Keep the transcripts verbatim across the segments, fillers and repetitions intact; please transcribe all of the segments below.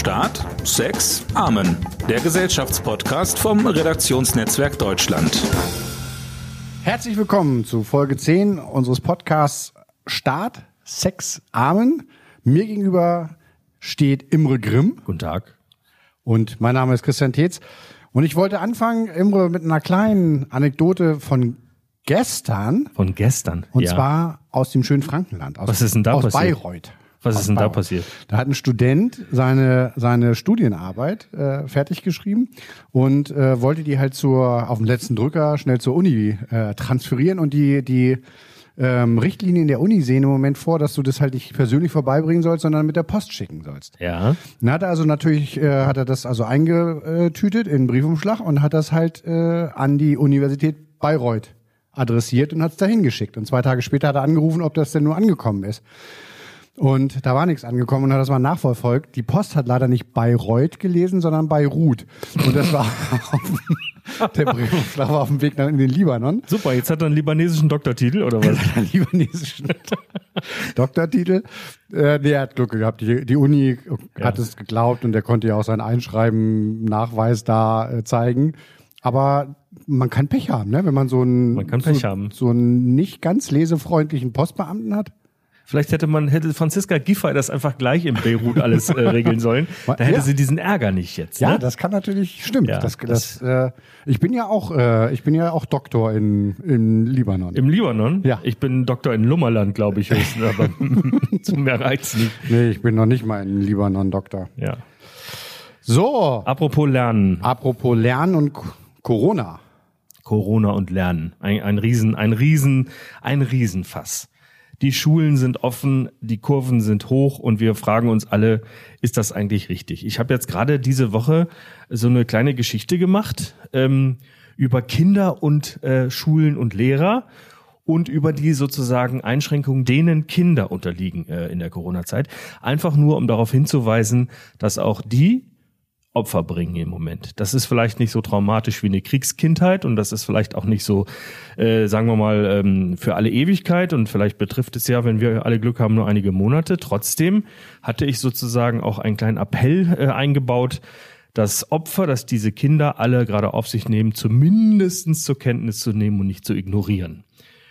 Staat, Sex, Amen. Der Gesellschaftspodcast vom Redaktionsnetzwerk Deutschland. Herzlich willkommen zu Folge zehn unseres Podcasts Staat, Sex, Amen. Mir gegenüber steht Imre Grimm. Guten Tag. Und mein Name ist Christian Tetz. Und ich wollte anfangen, Imre, mit einer kleinen Anekdote von gestern. Von gestern, Und ja. zwar aus dem schönen Frankenland. Aus, Was ist denn da aus passiert? Bayreuth. Was aus ist denn da Bayreuth. passiert? Da hat ein Student seine seine Studienarbeit äh, fertig geschrieben und äh, wollte die halt zur auf dem letzten Drücker schnell zur Uni äh, transferieren. Und die die ähm, Richtlinien der Uni sehen im Moment vor, dass du das halt nicht persönlich vorbeibringen sollst, sondern mit der Post schicken sollst. Ja. Dann hat er also natürlich, äh, hat er das also eingetütet in einen Briefumschlag und hat das halt äh, an die Universität Bayreuth adressiert und hat es dahin geschickt. Und zwei Tage später hat er angerufen, ob das denn nur angekommen ist. Und da war nichts angekommen und hat das mal nachverfolgt. Die Post hat leider nicht Bayreuth gelesen, sondern Beirut. Und das war auf, der Briefumschlag war auf dem Weg in den Libanon. Super, jetzt hat er einen libanesischen Doktortitel, oder was? Einen libanesischen Doktortitel. Äh, nee, er hat Glück gehabt. Die, die Uni hat Ja. es geglaubt und er konnte ja auch sein Einschreiben, Nachweis da äh, zeigen. Aber man kann Pech haben, ne? Wenn man so einen, Man kann Pech so, haben. so einen nicht ganz lesefreundlichen Postbeamten hat. Vielleicht hätte man, hätte Franziska Giffey das einfach gleich in Beirut alles äh, regeln sollen. Da hätte Ja. sie diesen Ärger nicht jetzt. Ja, Ne? das kann natürlich, stimmt. Ja, das, das, äh, ich bin ja auch, äh, ich bin ja auch Doktor in, in Libanon. Im Libanon? Ja. Ich bin Doktor in Lummerland, glaube ich, höchstens, aber zu mehr reizt nicht. Nee, ich bin noch nicht mal in Libanon Doktor. Ja. So, Apropos Lernen. apropos Lernen und K- Corona. Corona und Lernen. Ein, ein Riesen, ein Riesen, ein Riesenfass. Die Schulen sind offen, die Kurven sind hoch und wir fragen uns alle, ist das eigentlich richtig? Ich habe jetzt gerade diese Woche so eine kleine Geschichte gemacht ähm, über Kinder und äh, Schulen und Lehrer und über die sozusagen Einschränkungen, denen Kinder unterliegen äh, in der Corona-Zeit. Einfach nur, um darauf hinzuweisen, dass auch die Opfer bringen im Moment. Das ist vielleicht nicht so traumatisch wie eine Kriegskindheit und das ist vielleicht auch nicht so, äh, sagen wir mal, ähm, für alle Ewigkeit und vielleicht betrifft es ja, wenn wir alle Glück haben, nur einige Monate. Trotzdem hatte ich sozusagen auch einen kleinen Appell äh, eingebaut, dass Opfer, dass diese Kinder alle gerade auf sich nehmen, zumindestens zur Kenntnis zu nehmen und nicht zu ignorieren.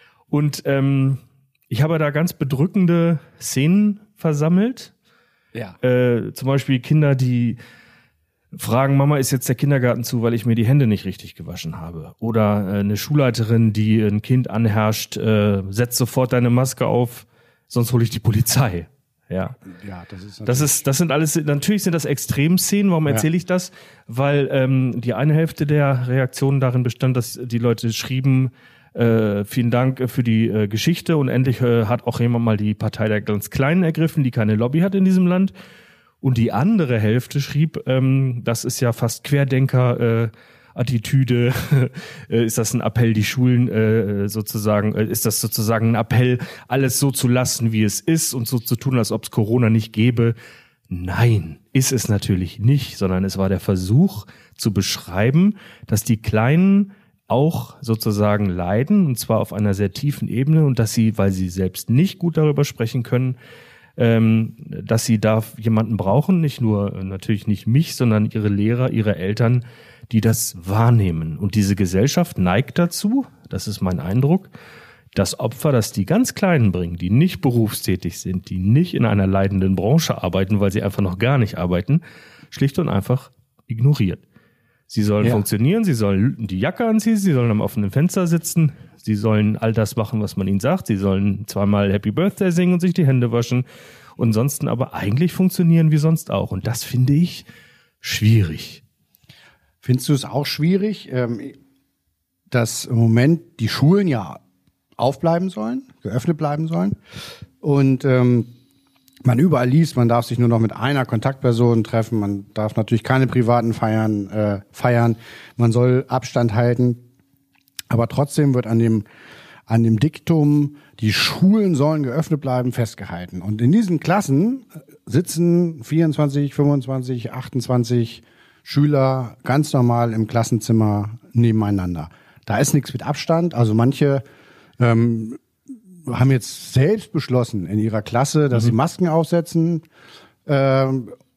Und ähm, ich habe da ganz bedrückende Szenen versammelt. Ja. Äh, zum Beispiel Kinder, die fragen, Mama, ist jetzt der Kindergarten zu, weil ich mir die Hände nicht richtig gewaschen habe? Oder äh, eine Schulleiterin, die ein Kind anherrscht, äh, setz sofort deine Maske auf, sonst hole ich die Polizei. Ja. Ja, das ist, Das ist, das sind alles, natürlich sind das Extremszenen. Warum Ja. erzähle ich das? Weil ähm, die eine Hälfte der Reaktionen darin bestand, dass die Leute schrieben, äh, vielen Dank für die äh, Geschichte und endlich äh, hat auch jemand mal die Partei der ganz Kleinen ergriffen, die keine Lobby hat in diesem Land. Und die andere Hälfte schrieb, ähm, das ist ja fast Querdenker, äh, Attitüde, äh, ist das ein Appell, die Schulen äh, sozusagen, äh, ist das sozusagen ein Appell, alles so zu lassen, wie es ist und so zu tun, als ob es Corona nicht gäbe. Nein, ist es natürlich nicht, sondern es war der Versuch zu beschreiben, dass die Kleinen auch sozusagen leiden und zwar auf einer sehr tiefen Ebene und dass sie, weil sie selbst nicht gut darüber sprechen können, ähm, dass sie da jemanden brauchen, nicht nur äh, natürlich nicht mich, sondern ihre Lehrer, ihre Eltern, die das wahrnehmen. Und diese Gesellschaft neigt dazu, das ist mein Eindruck, das Opfer, das die ganz Kleinen bringen, die nicht berufstätig sind, die nicht in einer leidenden Branche arbeiten, weil sie einfach noch gar nicht arbeiten, schlicht und einfach ignoriert. Sie sollen Ja. funktionieren, sie sollen die Jacke anziehen, sie sollen am offenen Fenster sitzen, sie sollen all das machen, was man ihnen sagt, sie sollen zweimal Happy Birthday singen und sich die Hände waschen und ansonsten aber eigentlich funktionieren wie sonst auch. Und das finde ich schwierig. Findest du es auch schwierig, ähm, dass im Moment die Schulen ja aufbleiben sollen, geöffnet bleiben sollen und ähm, man überall liest, man darf sich nur noch mit einer Kontaktperson treffen, man darf natürlich keine privaten Feiern äh, feiern, man soll Abstand halten, aber trotzdem wird an dem an dem Diktum, die Schulen sollen geöffnet bleiben, festgehalten. Und in diesen Klassen sitzen vierundzwanzig, fünfundzwanzig, achtundzwanzig Schüler ganz normal im Klassenzimmer nebeneinander. Da ist nichts mit Abstand. Also manche ähm, haben jetzt selbst beschlossen in ihrer Klasse, dass mhm. sie Masken aufsetzen. Ähm,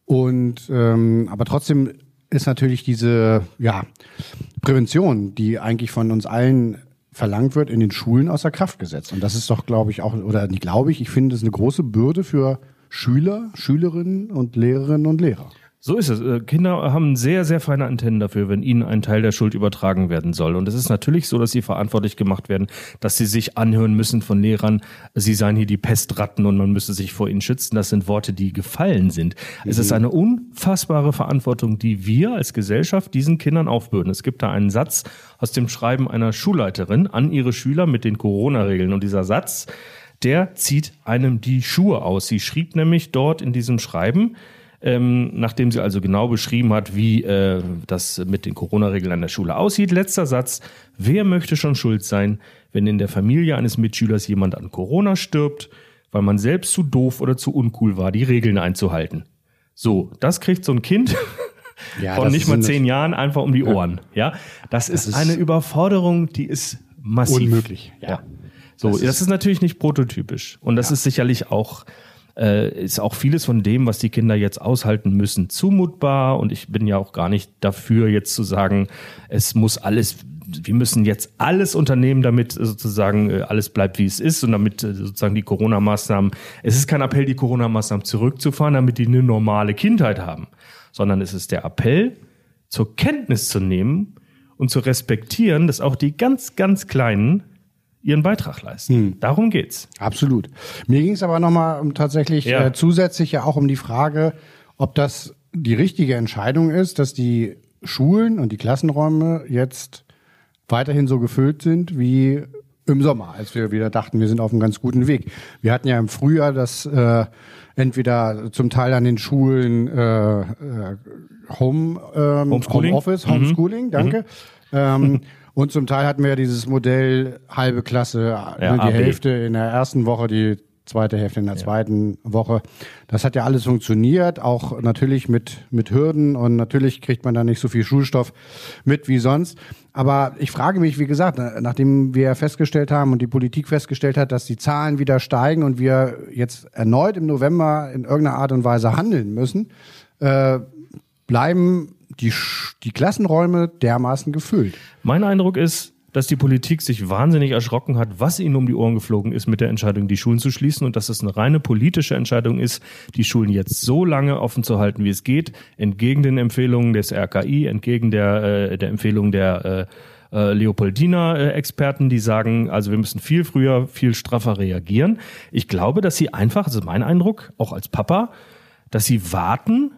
Und ähm, aber trotzdem ist natürlich diese ja, Prävention, die eigentlich von uns allen verlangt wird, in den Schulen außer Kraft gesetzt. Und das ist doch, glaube ich, auch, oder nicht glaube ich, ich finde, das ist eine große Bürde für Schüler, Schülerinnen und Lehrerinnen und Lehrer. So ist es. Kinder haben sehr, sehr feine Antennen dafür, wenn ihnen ein Teil der Schuld übertragen werden soll. Und es ist natürlich so, dass sie verantwortlich gemacht werden, dass sie sich anhören müssen von Lehrern, sie seien hier die Pestratten und man müsse sich vor ihnen schützen. Das sind Worte, die gefallen sind. Mhm. Es ist eine unfassbare Verantwortung, die wir als Gesellschaft diesen Kindern aufbürden. Es gibt da einen Satz aus dem Schreiben einer Schulleiterin an ihre Schüler mit den Corona-Regeln. Und dieser Satz, der zieht einem die Schuhe aus. Sie schrieb nämlich dort in diesem Schreiben, Ähm, nachdem sie also genau beschrieben hat, wie äh, das mit den Corona-Regeln an der Schule aussieht. Letzter Satz: Wer möchte schon schuld sein, wenn in der Familie eines Mitschülers jemand an Corona stirbt, weil man selbst zu doof oder zu uncool war, die Regeln einzuhalten? So, das kriegt so ein Kind ja, von nicht mal zehn Jahren einfach um die Ohren. Ja, das, das ist, ist eine Überforderung, die ist massiv. Unmöglich. Ja. ja. So, das, das ist, ist natürlich nicht prototypisch und das ja. ist sicherlich auch Äh, ist auch vieles von dem, was die Kinder jetzt aushalten müssen, zumutbar. Und ich bin ja auch gar nicht dafür, jetzt zu sagen, es muss alles, wir müssen jetzt alles unternehmen, damit sozusagen alles bleibt, wie es ist und damit sozusagen die Corona-Maßnahmen, es ist kein Appell, die Corona-Maßnahmen zurückzufahren, damit die eine normale Kindheit haben, sondern es ist der Appell, zur Kenntnis zu nehmen und zu respektieren, dass auch die ganz, ganz Kleinen ihren Beitrag leisten. Hm. Darum geht's. Absolut. Mir ging es aber nochmal um tatsächlich ja. äh, zusätzlich ja auch um die Frage, ob das die richtige Entscheidung ist, dass die Schulen und die Klassenräume jetzt weiterhin so gefüllt sind wie im Sommer, als wir wieder dachten, wir sind auf einem ganz guten Weg. Wir hatten ja im Frühjahr das äh, entweder zum Teil an den Schulen äh, äh, Home, ähm, Homeschooling? Homeoffice, Homeschooling, mhm. danke. Mhm. Ähm, Und zum Teil hatten wir ja dieses Modell halbe Klasse, ja, die A B. Hälfte in der ersten Woche, die zweite Hälfte in der ja. zweiten Woche. Das hat ja alles funktioniert, auch natürlich mit mit Hürden und natürlich kriegt man da nicht so viel Schulstoff mit wie sonst. Aber ich frage mich, wie gesagt, nachdem wir festgestellt haben und die Politik festgestellt hat, dass die Zahlen wieder steigen und wir jetzt erneut im November in irgendeiner Art und Weise handeln müssen, äh, bleiben die, die Klassenräume dermaßen gefüllt. Mein Eindruck ist, dass die Politik sich wahnsinnig erschrocken hat, was ihnen um die Ohren geflogen ist mit der Entscheidung, die Schulen zu schließen und dass es eine reine politische Entscheidung ist, die Schulen jetzt so lange offen zu halten, wie es geht, entgegen den Empfehlungen des R K I, entgegen der, äh, der Empfehlung der äh, äh, Leopoldina-Experten, die sagen, also wir müssen viel früher, viel straffer reagieren. Ich glaube, dass sie einfach, das ist mein Eindruck, auch als Papa, dass sie warten,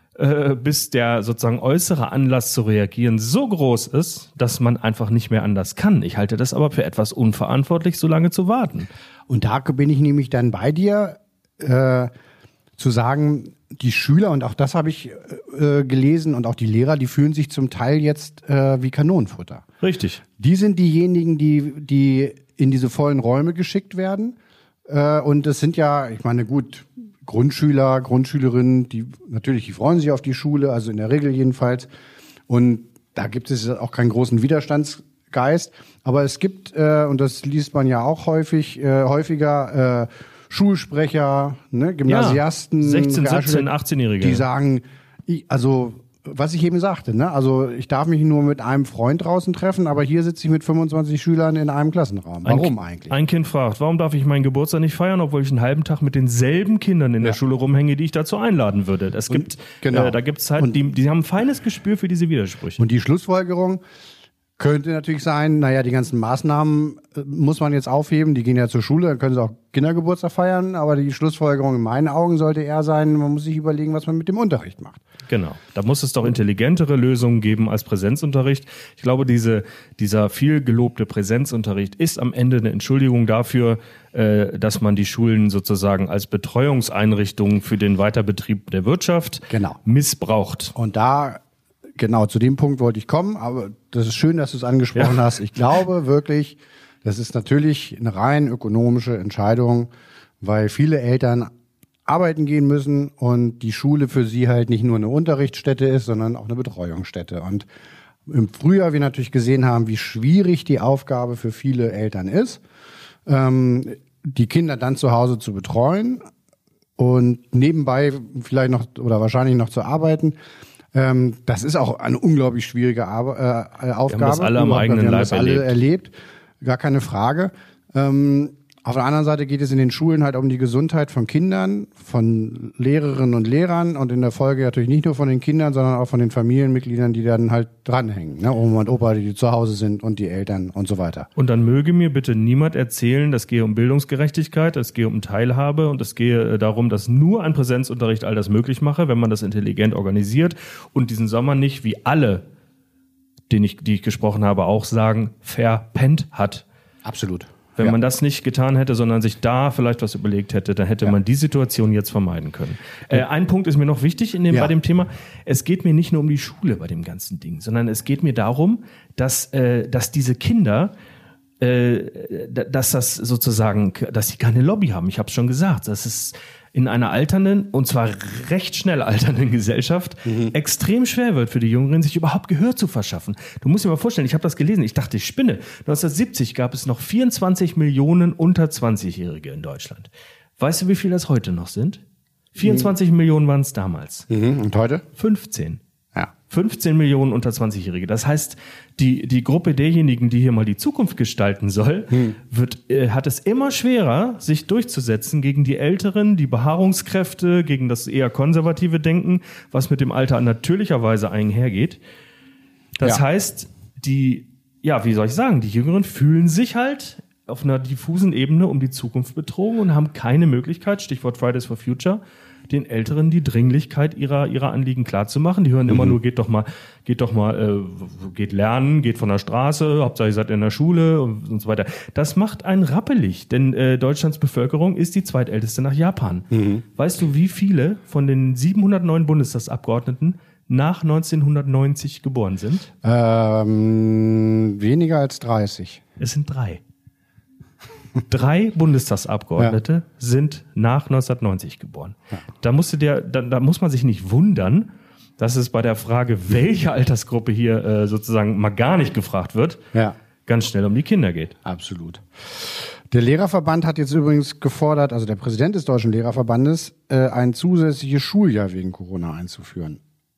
bis der sozusagen äußere Anlass zu reagieren so groß ist, dass man einfach nicht mehr anders kann. Ich halte das aber für etwas unverantwortlich, so lange zu warten. Und da bin ich nämlich dann bei dir, äh, zu sagen, die Schüler, und auch das habe ich äh, gelesen, und auch die Lehrer, die fühlen sich zum Teil jetzt äh, wie Kanonenfutter. Richtig. Die sind diejenigen, die, die in diese vollen Räume geschickt werden. Äh, und es sind ja, ich meine, gut, Grundschüler, Grundschülerinnen, die natürlich, die freuen sich auf die Schule, also in der Regel jedenfalls. Und da gibt es auch keinen großen Widerstandsgeist. Aber es gibt, äh, und das liest man ja auch häufig, äh, häufiger, äh, Schulsprecher, ne, Gymnasiasten, ja, sechzehn, siebzehn, achtzehnjährige, die sagen, ich, also was ich eben sagte, ne, also ich darf mich nur mit einem Freund draußen treffen, aber hier sitze ich mit fünfundzwanzig Schülern in einem Klassenraum. Warum ein, eigentlich? Ein Kind fragt, warum darf ich meinen Geburtstag nicht feiern, obwohl ich einen halben Tag mit denselben Kindern in ja. der Schule rumhänge, die ich dazu einladen würde. Das und, gibt, genau. äh, da gibt's halt, und, die, die haben ein feines Gespür für diese Widersprüche. Und die Schlussfolgerung könnte natürlich sein, naja, die ganzen Maßnahmen muss man jetzt aufheben, die gehen ja zur Schule, dann können sie auch Kindergeburtstag feiern, aber die Schlussfolgerung in meinen Augen sollte eher sein, man muss sich überlegen, was man mit dem Unterricht macht. Genau, da muss es doch intelligentere Lösungen geben als Präsenzunterricht. Ich glaube, diese, dieser viel gelobte Präsenzunterricht ist am Ende eine Entschuldigung dafür, äh, dass man die Schulen sozusagen als Betreuungseinrichtungen für den Weiterbetrieb der Wirtschaft genau. missbraucht. Und da Genau, zu dem Punkt wollte ich kommen, aber das ist schön, dass du es angesprochen ja. hast. Ich glaube wirklich, das ist natürlich eine rein ökonomische Entscheidung, weil viele Eltern arbeiten gehen müssen und die Schule für sie halt nicht nur eine Unterrichtsstätte ist, sondern auch eine Betreuungsstätte. Und im Frühjahr wir natürlich gesehen haben, wie schwierig die Aufgabe für viele Eltern ist, ähm, die Kinder dann zu Hause zu betreuen. und nebenbei vielleicht noch oder wahrscheinlich noch zu arbeiten. Ähm, das ist auch eine unglaublich schwierige Arbe- äh, Aufgabe. Wir haben das alle am eigenen Wir haben Leib das alle erlebt. erlebt. Gar keine Frage. Ähm, Auf der anderen Seite geht es in den Schulen halt um die Gesundheit von Kindern, von Lehrerinnen und Lehrern und in der Folge natürlich nicht nur von den Kindern, sondern auch von den Familienmitgliedern, die dann halt dranhängen. Ne? Oma und Opa, die zu Hause sind und die Eltern und so weiter. Und dann möge mir bitte niemand erzählen, das gehe um Bildungsgerechtigkeit, es gehe um Teilhabe und es gehe darum, dass nur ein Präsenzunterricht all das möglich mache, wenn man das intelligent organisiert und diesen Sommer nicht wie alle, den ich, die ich gesprochen habe, auch sagen, verpennt hat. Absolut. Wenn Ja. man das nicht getan hätte, sondern sich da vielleicht was überlegt hätte, dann hätte Ja. man die Situation jetzt vermeiden können. Äh, ein Punkt ist mir noch wichtig in dem, Ja. bei dem Thema. Es geht mir nicht nur um die Schule bei dem ganzen Ding, sondern es geht mir darum, dass, äh, dass diese Kinder, äh, dass das sozusagen, dass sie keine Lobby haben. Ich habe es schon gesagt, das ist in einer alternden, und zwar recht schnell alternden Gesellschaft mhm. extrem schwer wird für die Jüngeren, sich überhaupt Gehör zu verschaffen. Du musst dir mal vorstellen, ich habe das gelesen, ich dachte, ich spinne. neunzehnhundertsiebzig gab es noch vierundzwanzig Millionen unter zwanzig-Jährige in Deutschland. Weißt du, wie viel das heute noch sind? vierundzwanzig mhm. Millionen waren es damals. Mhm. Und heute? fünfzehn. Ja. fünfzehn Millionen unter zwanzig-Jährige. Das heißt, die, die Gruppe derjenigen, die hier mal die Zukunft gestalten soll, hm. wird, äh, hat es immer schwerer, sich durchzusetzen gegen die Älteren, die Beharrungskräfte, gegen das eher konservative Denken, was mit dem Alter natürlicherweise einhergeht. Das Ja. heißt, die, ja, wie soll ich sagen, die Jüngeren fühlen sich halt auf einer diffusen Ebene um die Zukunft betrogen und haben keine Möglichkeit, Stichwort Fridays for Future, den Älteren die Dringlichkeit ihrer ihrer Anliegen klarzumachen. Die hören mhm. immer nur, geht doch mal, geht doch mal, äh, geht lernen, geht von der Straße, Hauptsache ihr seid in der Schule und, und so weiter. Das macht einen rappelig, denn äh, Deutschlands Bevölkerung ist die zweitälteste nach Japan. Mhm. Weißt du, wie viele von den siebenhundertneun Bundestagsabgeordneten nach neunzehnhundertneunzig geboren sind? Ähm, weniger als dreißig. Es sind drei. Drei Bundestagsabgeordnete ja. sind nach neunzehnhundertneunzig geboren. Ja. Da musste der, da, da muss man sich nicht wundern, dass es bei der Frage, welche Altersgruppe hier äh, sozusagen mal gar nicht gefragt wird, ja. ganz schnell um die Kinder geht. Absolut. Der Lehrerverband hat jetzt übrigens gefordert, also der Präsident des Deutschen Lehrerverbandes, äh, ein zusätzliches Schuljahr wegen Corona einzuführen.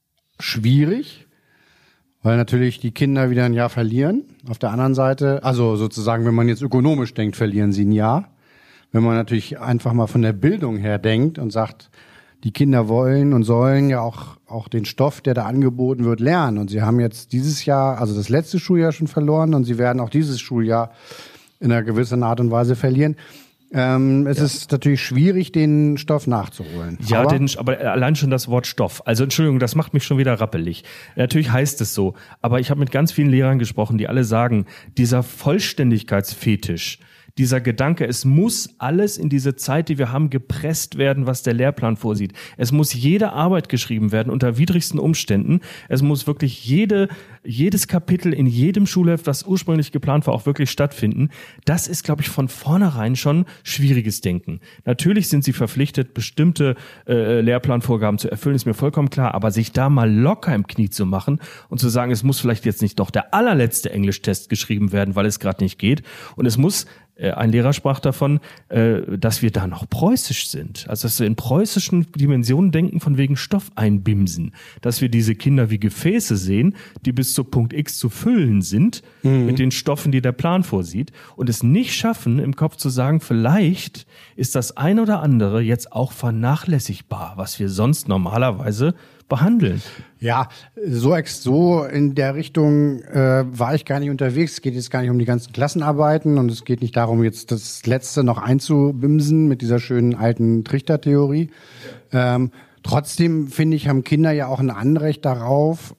Schwierig, weil natürlich die Kinder wieder ein Jahr verlieren. Auf der anderen Seite, also sozusagen, wenn man jetzt ökonomisch denkt, verlieren sie ein Jahr. Wenn man natürlich einfach mal von der Bildung her denkt und sagt, die Kinder wollen und sollen ja auch, auch den Stoff, der da angeboten wird, lernen. Und sie haben jetzt dieses Jahr, also das letzte Schuljahr schon verloren und sie werden auch dieses Schuljahr in einer gewissen Art und Weise verlieren. Ähm, es ja. ist natürlich schwierig, den Stoff nachzuholen. Ja, aber, den, aber allein schon das Wort Stoff. Also Entschuldigung, das macht mich schon wieder rappelig. Natürlich heißt es so, aber ich habe mit ganz vielen Lehrern gesprochen, die alle sagen, dieser Vollständigkeitsfetisch, dieser Gedanke, es muss alles in diese Zeit, die wir haben, gepresst werden, was der Lehrplan vorsieht. Es muss jede Arbeit geschrieben werden unter widrigsten Umständen. Es muss wirklich jede, jedes Kapitel in jedem Schulheft, was ursprünglich geplant war, auch wirklich stattfinden. Das ist, glaube ich, von vornherein schon schwieriges Denken. Natürlich sind sie verpflichtet, bestimmte äh, Lehrplanvorgaben zu erfüllen, ist mir vollkommen klar. Aber sich da mal locker im Knie zu machen und zu sagen, es muss vielleicht jetzt nicht doch der allerletzte Englischtest geschrieben werden, weil es gerade nicht geht. Und es muss Ein Lehrer sprach davon, dass wir da noch preußisch sind. Also, dass wir in preußischen Dimensionen denken, von wegen Stoff einbimsen. Dass wir diese Kinder wie Gefäße sehen, die bis zu Punkt X zu füllen sind, mhm. mit den Stoffen, die der Plan vorsieht. Und es nicht schaffen, im Kopf zu sagen, vielleicht ist das ein oder andere jetzt auch vernachlässigbar, was wir sonst normalerweise behandeln. Ja, so ex so in der Richtung äh, war ich gar nicht unterwegs. Es geht jetzt gar nicht um die ganzen Klassenarbeiten und es geht nicht darum, jetzt das Letzte noch einzubimsen mit dieser schönen alten Trichtertheorie. Ja. Ähm, trotzdem, finde ich, haben Kinder ja auch ein Anrecht darauf,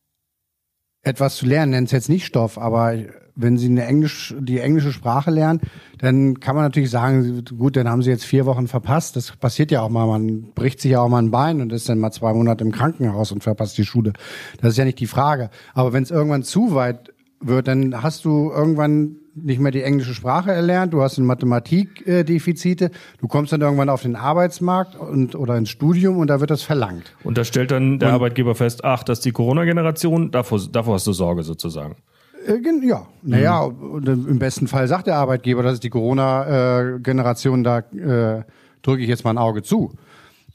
etwas zu lernen. Nennt es jetzt nicht Stoff, aber wenn sie eine Englisch, die englische Sprache lernen, dann kann man natürlich sagen, gut, dann haben sie jetzt vier Wochen verpasst. Das passiert ja auch mal. Man bricht sich ja auch mal ein Bein und ist dann mal zwei Monate im Krankenhaus und verpasst die Schule. Das ist ja nicht die Frage. Aber wenn es irgendwann zu weit wird, dann hast du irgendwann nicht mehr die englische Sprache erlernt, du hast ein Mathematikdefizite, du kommst dann irgendwann auf den Arbeitsmarkt und oder ins Studium und da wird das verlangt. Und da stellt dann der und, Arbeitgeber fest, ach, das ist die Corona-Generation, davor, davor hast du Sorge sozusagen. Ja, naja, mhm. im besten Fall sagt der Arbeitgeber, das ist die Corona-Generation, da äh, drücke ich jetzt mal ein Auge zu.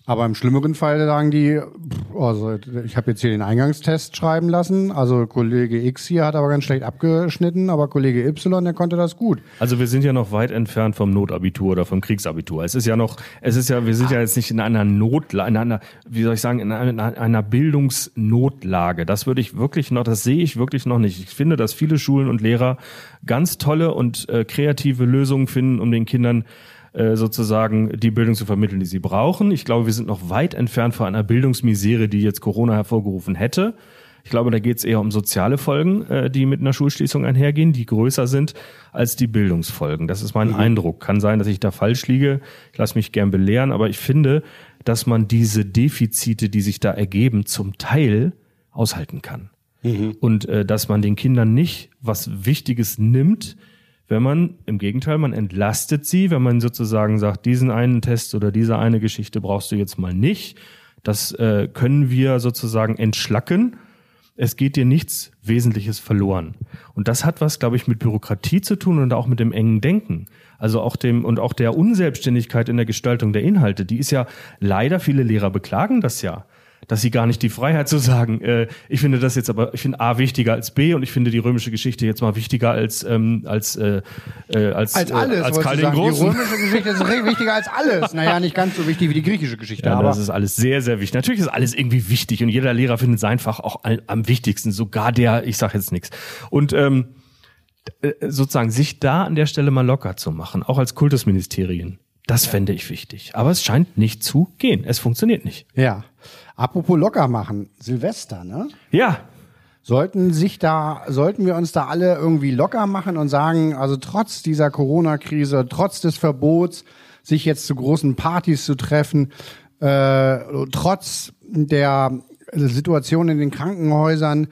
Aber im schlimmeren Fall sagen die, also ich habe jetzt hier den Eingangstest schreiben lassen, also Kollege X hier hat aber ganz schlecht abgeschnitten, aber Kollege Y, der konnte das gut. Also wir sind ja noch weit entfernt vom Notabitur oder vom Kriegsabitur. Es ist ja noch, es ist ja, wir sind ja jetzt nicht in einer Notlage, in einer, wie soll ich sagen, in einer, in einer Bildungsnotlage. Das würde ich wirklich noch, das sehe ich wirklich noch nicht. Ich finde, dass viele Schulen und Lehrer ganz tolle und äh, kreative Lösungen finden, um den Kindern sozusagen die Bildung zu vermitteln, die sie brauchen. Ich glaube, wir sind noch weit entfernt von einer Bildungsmisere, die jetzt Corona hervorgerufen hätte. Ich glaube, da geht es eher um soziale Folgen, die mit einer Schulschließung einhergehen, die größer sind als die Bildungsfolgen. Das ist mein mhm. Eindruck. Kann sein, dass ich da falsch liege. Ich lasse mich gern belehren, aber ich finde, dass man diese Defizite, die sich da ergeben, zum Teil aushalten kann. Mhm. Und äh, dass man den Kindern nicht was Wichtiges nimmt, wenn man, im Gegenteil, man entlastet sie, wenn man sozusagen sagt, diesen einen Test oder diese eine Geschichte brauchst du jetzt mal nicht. Das äh, können wir sozusagen entschlacken. Es geht dir nichts Wesentliches verloren. Und das hat was, glaube ich, mit Bürokratie zu tun und auch mit dem engen Denken. Also auch dem, und auch der Unselbstständigkeit in der Gestaltung der Inhalte. Die ist ja leider, viele Lehrer beklagen das ja, dass sie gar nicht die Freiheit zu sagen, äh, ich finde das jetzt aber, ich finde A wichtiger als B und ich finde die römische Geschichte jetzt mal wichtiger als ähm, als äh, äh, als als alles, äh, als Karl den sagen. Großen. Die römische Geschichte ist wichtiger als alles. Naja, nicht ganz so wichtig wie die griechische Geschichte. Ja, aber das ist alles sehr, sehr wichtig. Natürlich ist alles irgendwie wichtig und jeder Lehrer findet sein Fach auch am wichtigsten, sogar der, ich sage jetzt nichts. Und ähm, sozusagen sich da an der Stelle mal locker zu machen, auch als Kultusministerien, das fände ich wichtig. Aber es scheint nicht zu gehen. Es funktioniert nicht. Ja. Apropos locker machen, Silvester, ne? Ja. Sollten sich da, sollten wir uns da alle irgendwie locker machen und sagen, also trotz dieser Corona-Krise, trotz des Verbots, sich jetzt zu großen Partys zu treffen, äh, trotz der Situation in den Krankenhäusern,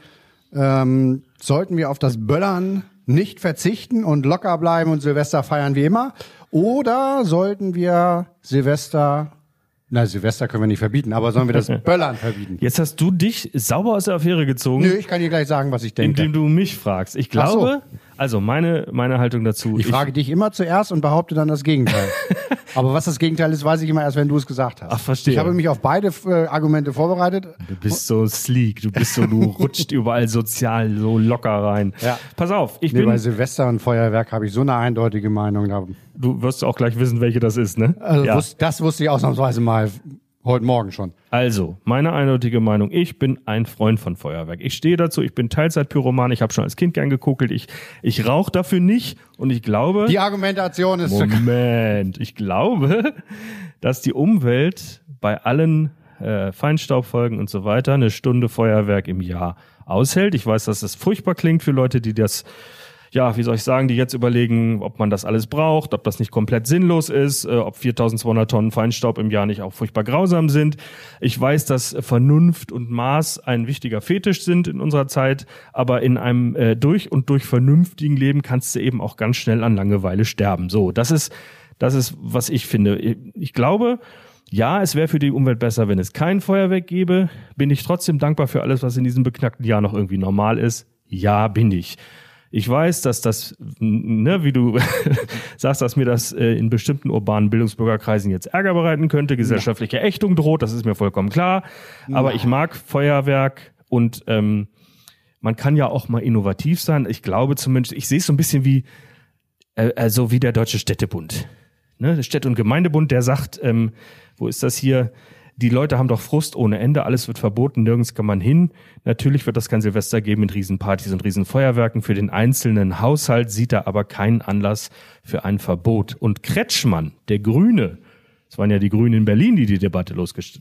ähm, sollten wir auf das Böllern nicht verzichten und locker bleiben und Silvester feiern wie immer? Oder sollten wir Silvester Na, Silvester können wir nicht verbieten, aber sollen wir das Böllern verbieten? Jetzt hast du dich sauber aus der Affäre gezogen. Nö, ich kann dir gleich sagen, was ich denke. Indem du mich fragst. Ich glaube, so. also meine meine Haltung dazu. Ich, ich frage dich immer zuerst und behaupte dann das Gegenteil. Aber was das Gegenteil ist, weiß ich immer erst, wenn du es gesagt hast. Ach, verstehe. Ich habe mich auf beide äh, Argumente vorbereitet. Du bist so sleek, du bist so, du rutscht überall sozial so locker rein. Ja. Pass auf, ich nee, bin... bei Silvester und Feuerwerk habe ich so eine eindeutige Meinung. Da. Du wirst auch gleich wissen, welche das ist, ne? Also ja. wus- das wusste ich ausnahmsweise mal heute Morgen schon. Also, meine eindeutige Meinung, ich bin ein Freund von Feuerwerk. Ich stehe dazu, ich bin Teilzeit-Pyroman, ich habe schon als Kind gern gekokelt, ich, ich rauche dafür nicht und ich glaube... Die Argumentation ist... Moment, ich glaube, dass die Umwelt bei allen äh, Feinstaubfolgen und so weiter eine Stunde Feuerwerk im Jahr aushält. Ich weiß, dass das furchtbar klingt für Leute, die das... Ja, wie soll ich sagen, die jetzt überlegen, ob man das alles braucht, ob das nicht komplett sinnlos ist, äh, ob viertausendzweihundert Tonnen Feinstaub im Jahr nicht auch furchtbar grausam sind. Ich weiß, dass Vernunft und Maß ein wichtiger Fetisch sind in unserer Zeit, aber in einem äh, durch und durch vernünftigen Leben kannst du eben auch ganz schnell an Langeweile sterben. So, das ist, das ist, was ich finde. Ich glaube, ja, es wäre für die Umwelt besser, wenn es kein Feuerwerk gäbe. Bin ich trotzdem dankbar für alles, was in diesem beknackten Jahr noch irgendwie normal ist? Ja, bin ich. Ich weiß, dass das, ne, wie du sagst, dass mir das äh, in bestimmten urbanen Bildungsbürgerkreisen jetzt Ärger bereiten könnte, gesellschaftliche ja. Ächtung droht, das ist mir vollkommen klar. Aber ja. ich mag Feuerwerk und ähm, man kann ja auch mal innovativ sein. Ich glaube zumindest, ich sehe es so ein bisschen wie, äh, also wie der Deutsche Städtebund. Ne, der Städte- und Gemeindebund, der sagt, ähm, wo ist das hier? Die Leute haben doch Frust ohne Ende, alles wird verboten, nirgends kann man hin. Natürlich wird das kein Silvester geben mit Riesenpartys und Riesenfeuerwerken. Für den einzelnen Haushalt sieht er aber keinen Anlass für ein Verbot. Und Kretschmann, der Grüne, es waren ja die Grünen in Berlin, die die Debatte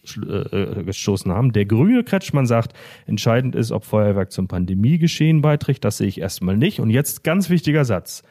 losgestoßen haben, der grüne Kretschmann sagt, entscheidend ist, ob Feuerwerk zum Pandemiegeschehen beiträgt. Das sehe ich erstmal nicht. Und jetzt ganz wichtiger Satz.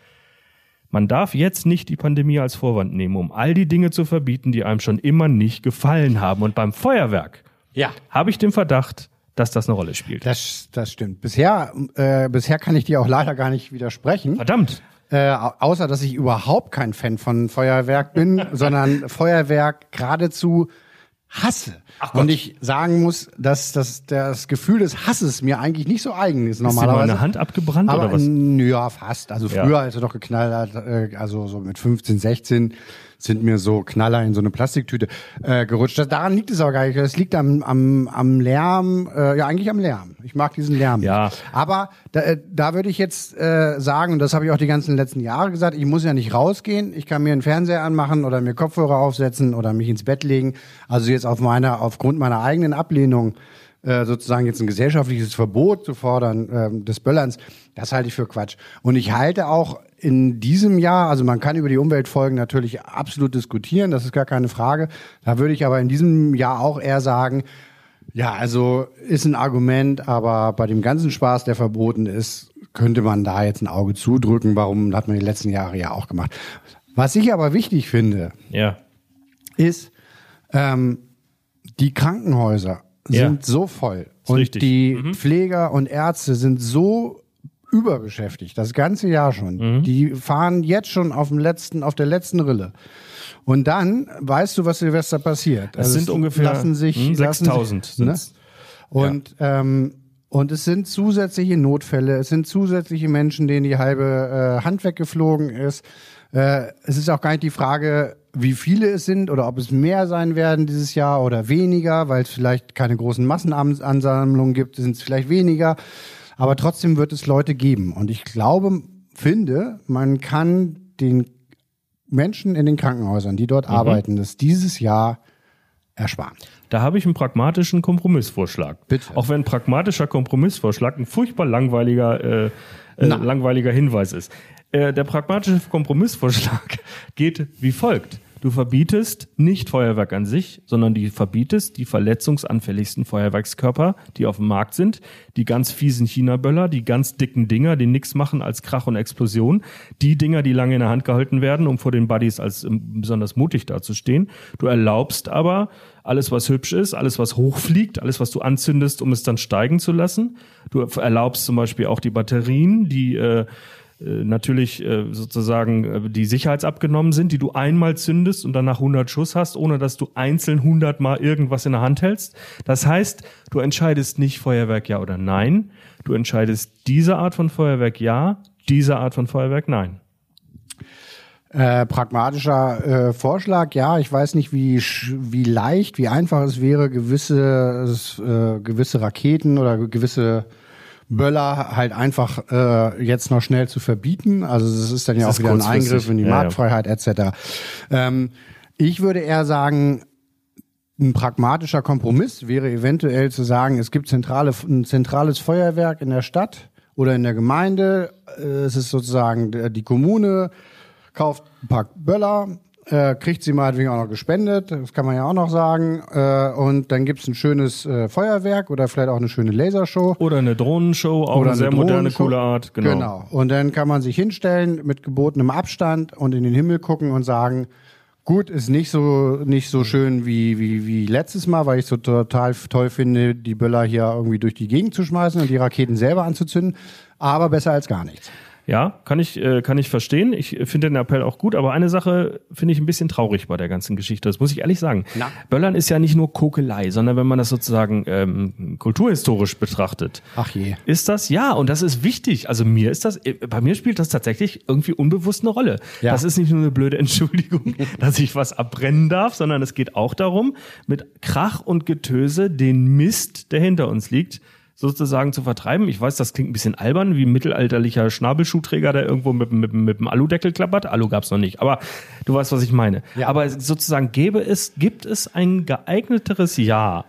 Man darf jetzt nicht die Pandemie als Vorwand nehmen, um all die Dinge zu verbieten, die einem schon immer nicht gefallen haben. Und beim Feuerwerk ja. habe ich den Verdacht, dass das eine Rolle spielt. Das, das stimmt. Bisher, äh, bisher kann ich dir auch leider gar nicht widersprechen. Verdammt. Äh, außer, dass ich überhaupt kein Fan von Feuerwerk bin, sondern Feuerwerk geradezu hasse. Ach und Gott. ich sagen muss, dass, dass das Gefühl des Hasses mir eigentlich nicht so eigen ist Ist dir mal normalerweise. eine Hand abgebrannt Aber oder was? n- ja, fast. Also Ja. früher, als er doch geknallert hat, äh, also so mit fünfzehn, sechzehn sind mir so Knaller in so eine Plastiktüte äh, gerutscht. Das, daran liegt es aber gar nicht. Das liegt am, am, am Lärm, äh, ja eigentlich am Lärm. Ich mag diesen Lärm. Ja. Nicht. Aber da, äh, da würde ich jetzt äh, sagen, und das habe ich auch die ganzen letzten Jahre gesagt, ich muss ja nicht rausgehen. Ich kann mir einen Fernseher anmachen oder mir Kopfhörer aufsetzen oder mich ins Bett legen. Also jetzt auf meiner, aufgrund meiner eigenen Ablehnung äh, sozusagen jetzt ein gesellschaftliches Verbot zu fordern ähm, des Böllerns, das halte ich für Quatsch. Und ich halte auch in diesem Jahr, also man kann über die Umweltfolgen natürlich absolut diskutieren, das ist gar keine Frage. Da würde ich aber in diesem Jahr auch eher sagen, ja, also ist ein Argument, aber bei dem ganzen Spaß, der verboten ist, könnte man da jetzt ein Auge zudrücken. Warum hat man die letzten Jahre ja auch gemacht? Was ich aber wichtig finde, Ja. ist, ähm, die Krankenhäuser Ja. sind so voll und richtig. die Mhm. Pfleger und Ärzte sind so überbeschäftigt, das ganze Jahr schon. Mhm. Die fahren jetzt schon auf dem letzten, auf der letzten Rille. Und dann weißt du, was Silvester passiert. Es sind es ungefähr lassen sich, hm, lassen sechstausend sich, ne? sind's. Und ähm, und es sind zusätzliche Notfälle, es sind zusätzliche Menschen, denen die halbe äh, Hand weggeflogen ist. Äh, es ist auch gar nicht die Frage, wie viele es sind oder ob es mehr sein werden dieses Jahr oder weniger, weil es vielleicht keine großen Massenansammlungen gibt, sind es vielleicht weniger. Aber trotzdem wird es Leute geben. Und ich glaube, finde, man kann den Menschen in den Krankenhäusern, die dort Mhm. arbeiten, das dieses Jahr ersparen. Da habe ich einen pragmatischen Kompromissvorschlag. Bitte. Auch wenn ein pragmatischer Kompromissvorschlag ein furchtbar langweiliger, äh, äh, Na. langweiliger Hinweis ist. Äh, der pragmatische Kompromissvorschlag geht wie folgt. Du verbietest nicht Feuerwerk an sich, sondern du verbietest die verletzungsanfälligsten Feuerwerkskörper, die auf dem Markt sind, die ganz fiesen China-Böller, die ganz dicken Dinger, die nichts machen als Krach und Explosion, die Dinger, die lange in der Hand gehalten werden, um vor den Buddies als ähm, besonders mutig dazustehen. Du erlaubst aber alles, was hübsch ist, alles, was hochfliegt, alles, was du anzündest, um es dann steigen zu lassen. Du erlaubst zum Beispiel auch die Batterien, die äh, natürlich äh, sozusagen äh, die sicherheitsabgenommen sind, die du einmal zündest und danach hundert Schuss hast, ohne dass du einzeln hundert Mal irgendwas in der Hand hältst. Das heißt, du entscheidest nicht Feuerwerk ja oder nein. Du entscheidest diese Art von Feuerwerk ja, diese Art von Feuerwerk nein. Äh, pragmatischer äh, Vorschlag, ja. Ich weiß nicht, wie sch- wie leicht, wie einfach es wäre, gewisse äh, gewisse Raketen oder gewisse Böller halt einfach äh, jetzt noch schnell zu verbieten. Also das ist dann ja Das auch ist wieder ein kurzfristig. Eingriff in die Ja, ja. Marktfreiheit et cetera. Ähm, ich würde eher sagen, ein pragmatischer Kompromiss wäre eventuell zu sagen, es gibt zentrale, ein zentrales Feuerwerk in der Stadt oder in der Gemeinde. Äh, Es ist sozusagen der- die Kommune kauft ein paar Böller, äh, kriegt sie meinetwegen auch noch gespendet, das kann man ja auch noch sagen. Äh, und dann gibt's ein schönes äh, Feuerwerk oder vielleicht auch eine schöne Lasershow. Oder eine Drohnenshow, auch Oder eine sehr eine moderne, Drohnenshow. coole Art. Genau. Genau. Und dann kann man sich hinstellen mit gebotenem Abstand und in den Himmel gucken und sagen, gut, ist nicht so nicht so schön wie wie wie letztes Mal, weil ich so total toll finde, die Böller hier irgendwie durch die Gegend zu schmeißen und die Raketen selber anzuzünden, aber besser als gar nichts. Ja, kann ich, äh, kann ich verstehen. Ich äh, finde den Appell auch gut, aber eine Sache finde ich ein bisschen traurig bei der ganzen Geschichte. Das muss ich ehrlich sagen. Na? Böllern ist ja nicht nur Kokelei, sondern wenn man das sozusagen ähm, kulturhistorisch betrachtet, Ach je. ist das, ja, und das ist wichtig. Also mir ist das, äh, bei mir spielt das tatsächlich irgendwie unbewusst eine Rolle. Ja. Das ist nicht nur eine blöde Entschuldigung, dass ich was abbrennen darf, sondern es geht auch darum, mit Krach und Getöse den Mist, der hinter uns liegt, sozusagen zu vertreiben. Ich weiß, das klingt ein bisschen albern, wie ein mittelalterlicher Schnabelschuhträger, der irgendwo mit, mit, mit dem Aludeckel klappert. Alu gab's noch nicht, aber du weißt, was ich meine. Ja. Aber sozusagen gäbe es, gibt es ein geeigneteres Jahr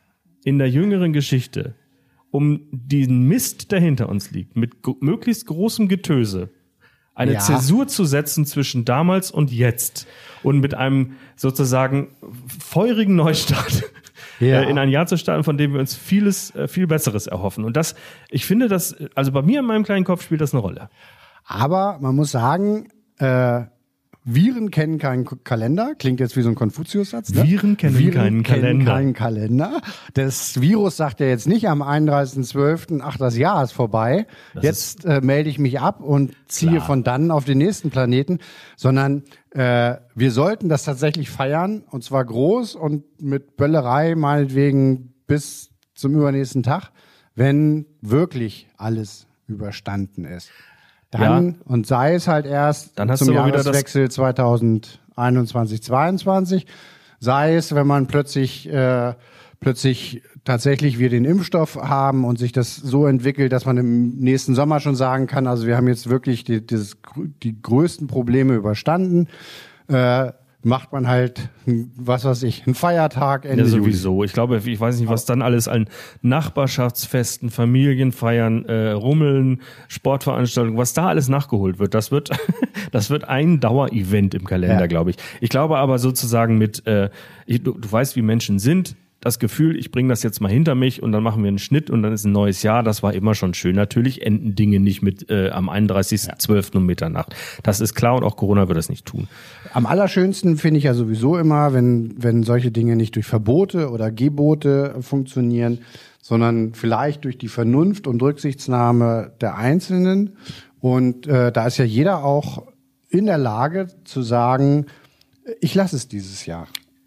in der jüngeren Geschichte, um diesen Mist, der hinter uns liegt, mit g- möglichst großem Getöse eine Ja. Zäsur zu setzen zwischen damals und jetzt und mit einem sozusagen feurigen Neustart Ja. äh, in ein Jahr zu starten, von dem wir uns vieles, äh, viel Besseres erhoffen. Und das, ich finde das, also bei mir in meinem kleinen Kopf spielt das eine Rolle. Aber man muss sagen, äh, Viren kennen keinen K- Kalender. Klingt jetzt wie so ein Konfuzius-Satz. Ne? Viren kennen Viren keinen kennen Kalender. keinen Kalender. Das Virus sagt ja jetzt nicht am einunddreißigsten zwölften ach, das Jahr ist vorbei. Das jetzt äh, melde ich mich ab und ziehe Klar. von dann auf den nächsten Planeten. Sondern äh, wir sollten das tatsächlich feiern. Und zwar groß und mit Böllerei meinetwegen bis zum übernächsten Tag, wenn wirklich alles überstanden ist. Dann, Ja. und sei es halt erst Dann hast zum du aber wieder das- Jahreswechsel zweitausendeinundzwanzig zweiundzwanzig, sei es, wenn man plötzlich äh, plötzlich tatsächlich wir den Impfstoff haben und sich das so entwickelt, dass man im nächsten Sommer schon sagen kann, also wir haben jetzt wirklich die, dieses, die größten Probleme überstanden, äh, macht man halt, was weiß ich, einen Feiertag Ende Ja, Juli. sowieso. Ich glaube, ich weiß nicht, was dann alles an Nachbarschaftsfesten, Familienfeiern, äh, Rummeln, Sportveranstaltungen, was da alles nachgeholt wird. Das wird, das wird ein Dauerevent im Kalender, Ja. glaube ich. Ich glaube aber sozusagen mit, äh, ich, du, du weißt, wie Menschen sind. Das Gefühl, ich bringe das jetzt mal hinter mich und dann machen wir einen Schnitt und dann ist ein neues Jahr. Das war immer schon schön. Natürlich enden Dinge nicht mit äh, am einunddreißigsten zwölften um Mitternacht. Das ist klar und auch Corona wird das nicht tun. Am allerschönsten finde ich ja sowieso immer, wenn, wenn solche Dinge nicht durch Verbote oder Gebote funktionieren, sondern vielleicht durch die Vernunft und Rücksichtnahme der Einzelnen. Und äh, da ist ja jeder auch in der Lage zu sagen, ich lasse es dieses Jahr.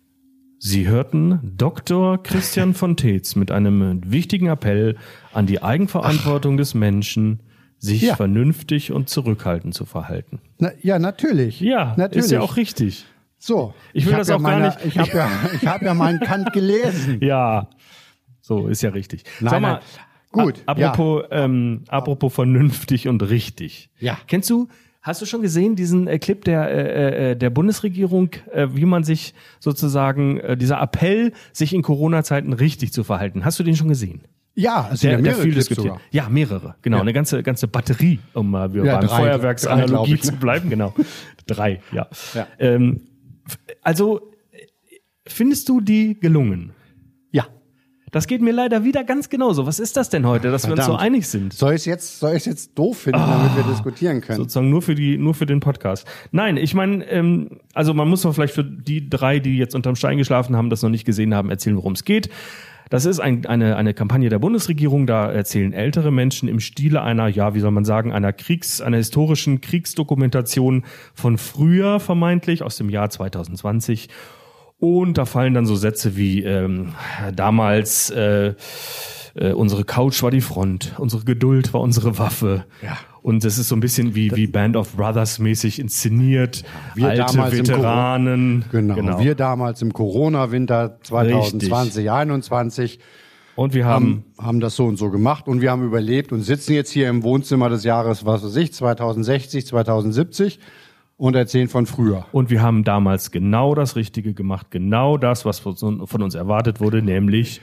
Sie hörten Doktor Christian von Teetz mit einem wichtigen Appell an die Eigenverantwortung Ach. des Menschen, sich Ja. vernünftig und zurückhaltend zu verhalten. Na, ja, natürlich. Ja, natürlich. ist ja auch richtig. So. Ich will hab das ja auch gar meine, nicht- Ich habe ja, ich hab ja meinen Kant gelesen. Ja, so ist ja richtig. Nein, Sag mal, nein. Gut, a- apropos, ähm, apropos vernünftig und richtig. Ja. Kennst du, hast du schon gesehen diesen äh, Clip der, äh, äh, der Bundesregierung, äh, wie man sich sozusagen, äh, dieser Appell, sich in Corona-Zeiten richtig zu verhalten? Hast du den schon gesehen? Ja, es sind Der, ja der mehrere viel Clips diskutiert. sogar. Ja, mehrere. Genau, Ja. eine ganze ganze Batterie, um mal wieder Ja, beim drei, drei, Feuerwerksanalogie glaub ich, ne? zu bleiben. Genau, drei. Ja. Ja. Ähm, f- also äh, findest du die gelungen? Ja. Das geht mir leider wieder ganz genauso. Was ist das denn heute, dass wir uns so Verdammt. einig sind? Soll ich es jetzt, soll ich es jetzt doof finden, damit wir diskutieren können? Sozusagen nur für die, nur für den Podcast. Nein, ich meine, ähm, also man muss doch vielleicht für die drei, die jetzt unterm Stein geschlafen haben, das noch nicht gesehen haben, erzählen, worum es geht. Das ist ein, eine, eine Kampagne der Bundesregierung, da erzählen ältere Menschen im Stile einer, ja, wie soll man sagen, einer Kriegs-, einer historischen Kriegsdokumentation von früher vermeintlich, aus dem Jahr zwanzig zwanzig. Und da fallen dann so Sätze wie, ähm, damals, äh, äh, unsere Couch war die Front, unsere Geduld war unsere Waffe. Ja. Und das ist so ein bisschen wie, wie Band of Brothers mäßig inszeniert. Wir Alte damals im Veteranen. Genau. Wir damals im Corona-Winter zwanzig zwanzig einundzwanzig Und wir haben, haben, haben das so und so gemacht und wir haben überlebt und sitzen jetzt hier im Wohnzimmer des Jahres, was weiß ich, zwanzig sechzig, zwanzig siebzig und erzählen von früher. und wir haben damals genau das Richtige gemacht. Genau das, was von von uns erwartet wurde, nämlich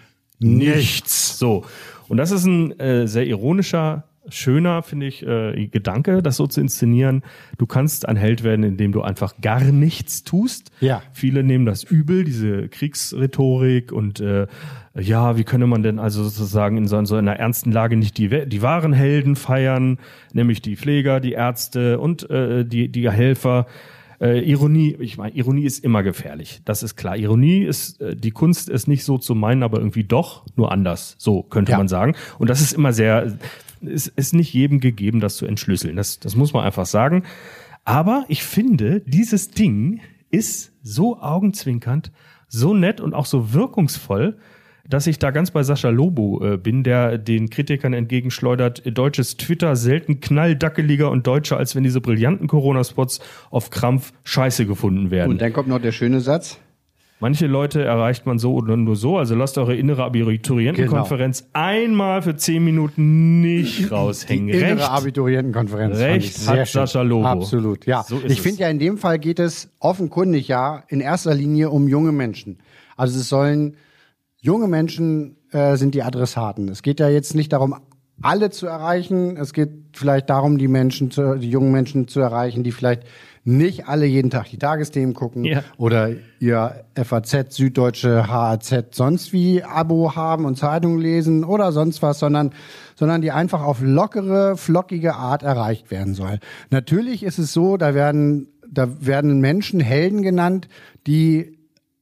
nichts. So. Und das ist ein äh, sehr ironischer, schöner, finde ich, äh, Gedanke, das so zu inszenieren. Du kannst ein Held werden, indem du einfach gar nichts tust. Ja. Viele nehmen das übel, diese Kriegsrhetorik und äh, ja, wie könne man denn also sozusagen in so, in so einer ernsten Lage nicht die, die wahren Helden feiern, nämlich die Pfleger, die Ärzte und äh, die, die Helfer. Äh, Ironie, ich meine, Ironie ist immer gefährlich. Das ist klar. Ironie ist, äh, die Kunst ist nicht so zu meinen, aber irgendwie doch, nur anders. So könnte Ja. man sagen. Und das ist immer sehr, ist, ist nicht jedem gegeben, das zu entschlüsseln. Das, das muss man einfach sagen. Aber ich finde, dieses Ding ist so augenzwinkernd, so nett und auch so wirkungsvoll, dass ich da ganz bei Sascha Lobo äh, bin, der den Kritikern entgegenschleudert, deutsches Twitter selten knalldackeliger und deutscher, als wenn diese brillanten Corona-Spots auf Krampf scheiße gefunden werden. Und dann kommt noch der schöne Satz. Manche Leute erreicht man so oder nur so, also lasst eure innere Abiturientenkonferenz einmal für zehn Minuten nicht raushängen. Die innere Recht. Abiturientenkonferenz. fand Recht ich sehr hat schön. Sascha Lobo. Absolut, ja. So ist ich es. finde ja, in dem Fall geht es offenkundig ja in erster Linie um junge Menschen. Also es sollen junge Menschen äh, sind die Adressaten. Es geht ja jetzt nicht darum, alle zu erreichen. Es geht vielleicht darum, die Menschen, zu, die jungen Menschen zu erreichen, die vielleicht nicht alle jeden Tag die Tagesthemen gucken Ja. oder ihr F A Z, Süddeutsche, H A Z, sonst wie Abo haben und Zeitungen lesen oder sonst was, sondern sondern die einfach auf lockere, flockige Art erreicht werden soll. Natürlich ist es so, da werden da werden Menschen Helden genannt, die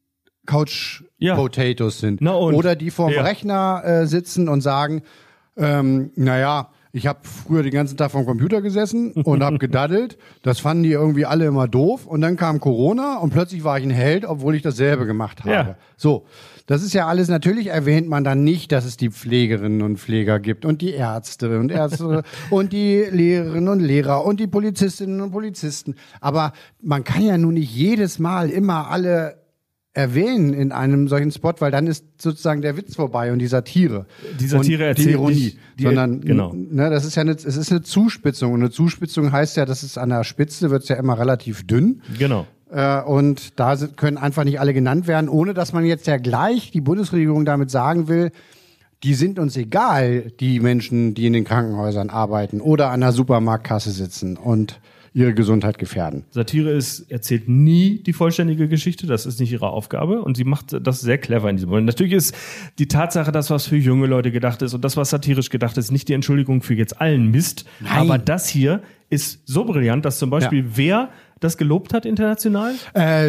Couch Ja. Potatoes sind. Na und? Oder die vorm Ja. Rechner äh, sitzen und sagen, ähm, naja, ich habe früher den ganzen Tag vorm Computer gesessen und habe gedaddelt. Das fanden die irgendwie alle immer doof. Und dann kam Corona und plötzlich war ich ein Held, obwohl ich dasselbe gemacht habe. Ja. So, das ist ja alles, natürlich erwähnt man dann nicht, dass es die Pflegerinnen und Pfleger gibt und die Ärzte und Ärzte und die Lehrerinnen und Lehrer und die Polizistinnen und Polizisten. Aber man kann ja nun nicht jedes Mal immer alle erwähnen in einem solchen Spot, weil dann ist sozusagen der Witz vorbei und die Satire. Die Satire und erzählt die Ironie. nicht, die, sondern, genau. ne, das ist ja eine, es ist eine Zuspitzung. Und eine Zuspitzung heißt ja, dass es an der Spitze wird es ja immer relativ dünn. Genau. Äh, und da sind, können einfach nicht alle genannt werden, ohne dass man jetzt ja gleich die Bundesregierung damit sagen will, die sind uns egal, die Menschen, die in den Krankenhäusern arbeiten oder an der Supermarktkasse sitzen und ihre Gesundheit gefährden. Satire ist, erzählt nie die vollständige Geschichte, das ist nicht ihre Aufgabe und sie macht das sehr clever in diesem Moment. Natürlich ist die Tatsache, das, was für junge Leute gedacht ist und das, was satirisch gedacht ist, nicht die Entschuldigung für jetzt allen Mist, Nein. aber das hier ist so brillant, dass zum Beispiel Ja. wer das gelobt hat international? Äh,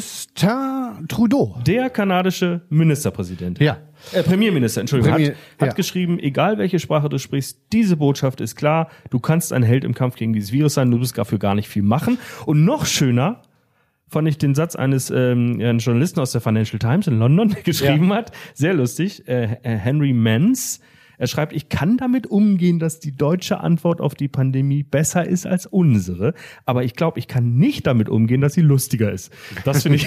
Justin Trudeau. Der kanadische Ministerpräsident. Ja. Äh, Premierminister, Entschuldigung, Premier- hat, hat ja. geschrieben, egal welche Sprache du sprichst, diese Botschaft ist klar, du kannst ein Held im Kampf gegen dieses Virus sein, du musst dafür gar nicht viel machen. Und noch schöner fand ich den Satz eines ähm, einen Journalisten aus der Financial Times in London, der geschrieben Ja. hat, sehr lustig, äh, äh, Henry Mans. Er schreibt, ich kann damit umgehen, dass die deutsche Antwort auf die Pandemie besser ist als unsere, aber ich glaube, ich kann nicht damit umgehen, dass sie lustiger ist. Das finde ich,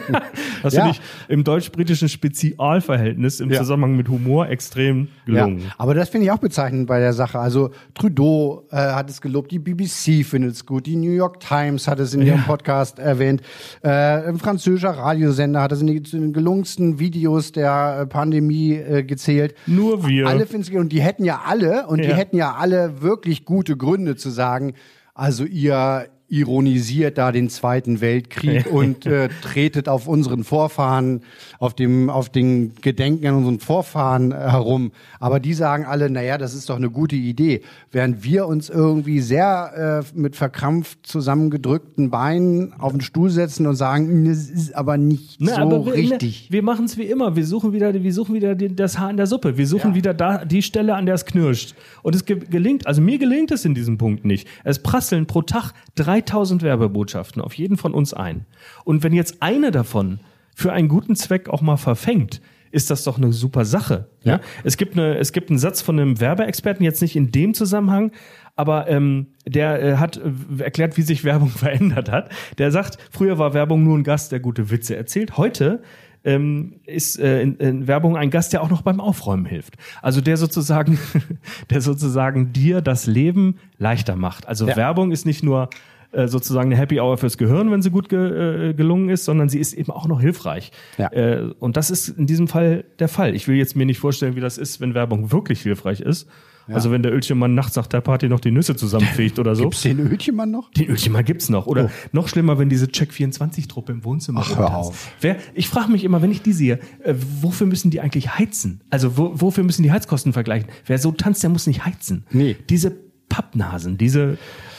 das Ja. finde ich im deutsch-britischen Spezialverhältnis im Ja. Zusammenhang mit Humor extrem gelungen. Ja, aber das finde ich auch bezeichnend bei der Sache. Also Trudeau äh, hat es gelobt, die B B C findet es gut, die New York Times hat es in ihrem Ja. Podcast erwähnt, äh, ein französischer Radiosender hat es in die, zu den gelungensten Videos der äh, Pandemie äh, gezählt. Nur wir. Alle finden es gut und die hätten ja alle und die Ja. hätten ja alle wirklich gute Gründe zu sagen, also ihr ironisiert da den Zweiten Weltkrieg und äh, tretet auf unseren Vorfahren, auf dem, auf den Gedenken an unseren Vorfahren äh, herum. Aber die sagen alle, naja, das ist doch eine gute Idee. Während wir uns irgendwie sehr äh, mit verkrampft zusammengedrückten Beinen auf den Stuhl setzen und sagen, das ist aber nicht Ne, so aber wir, richtig. Ne, wir machen es wie immer. Wir suchen wieder, wir suchen wieder die, das Haar in der Suppe. Wir suchen Ja. wieder da die Stelle, an der es knirscht. Und es ge gelingt, also mir gelingt es in diesem Punkt nicht. Es prasseln pro Tag dreitausend Werbebotschaften auf jeden von uns ein. Und wenn jetzt eine davon für einen guten Zweck auch mal verfängt, ist das doch eine super Sache. Ja? Ja. Es gibt eine, es gibt einen Satz von einem Werbeexperten, jetzt nicht in dem Zusammenhang, aber ähm, der äh, hat äh, erklärt, wie sich Werbung verändert hat. Der sagt, früher war Werbung nur ein Gast, der gute Witze erzählt. Heute ähm, ist äh, in, in Werbung ein Gast, der auch noch beim Aufräumen hilft. Also der sozusagen, der sozusagen dir das Leben leichter macht. Also Ja. Werbung ist nicht nur äh, sozusagen eine Happy Hour fürs Gehirn, wenn sie gut ge äh, gelungen ist, sondern sie ist eben auch noch hilfreich. Ja. Äh, und das ist in diesem Fall der Fall. Ich will jetzt mir nicht vorstellen, wie das ist, wenn Werbung wirklich hilfreich ist. Ja. Also wenn der Ölchenmann nachts nach der Party noch die Nüsse zusammenfegt oder so. Gibt's den Ölchenmann noch? Den Ölchenmann gibt's noch. Oder Oh. noch schlimmer, wenn diese Check vierundzwanzig-Truppe im Wohnzimmer Ach, hör rumtanzt. auf. Wer, ich frage mich immer, wenn ich die sehe, äh, wofür müssen die eigentlich heizen? Also wo, wofür müssen die Heizkosten vergleichen? Wer so tanzt, der muss nicht heizen. Nee. Diese Pappnasen, diese...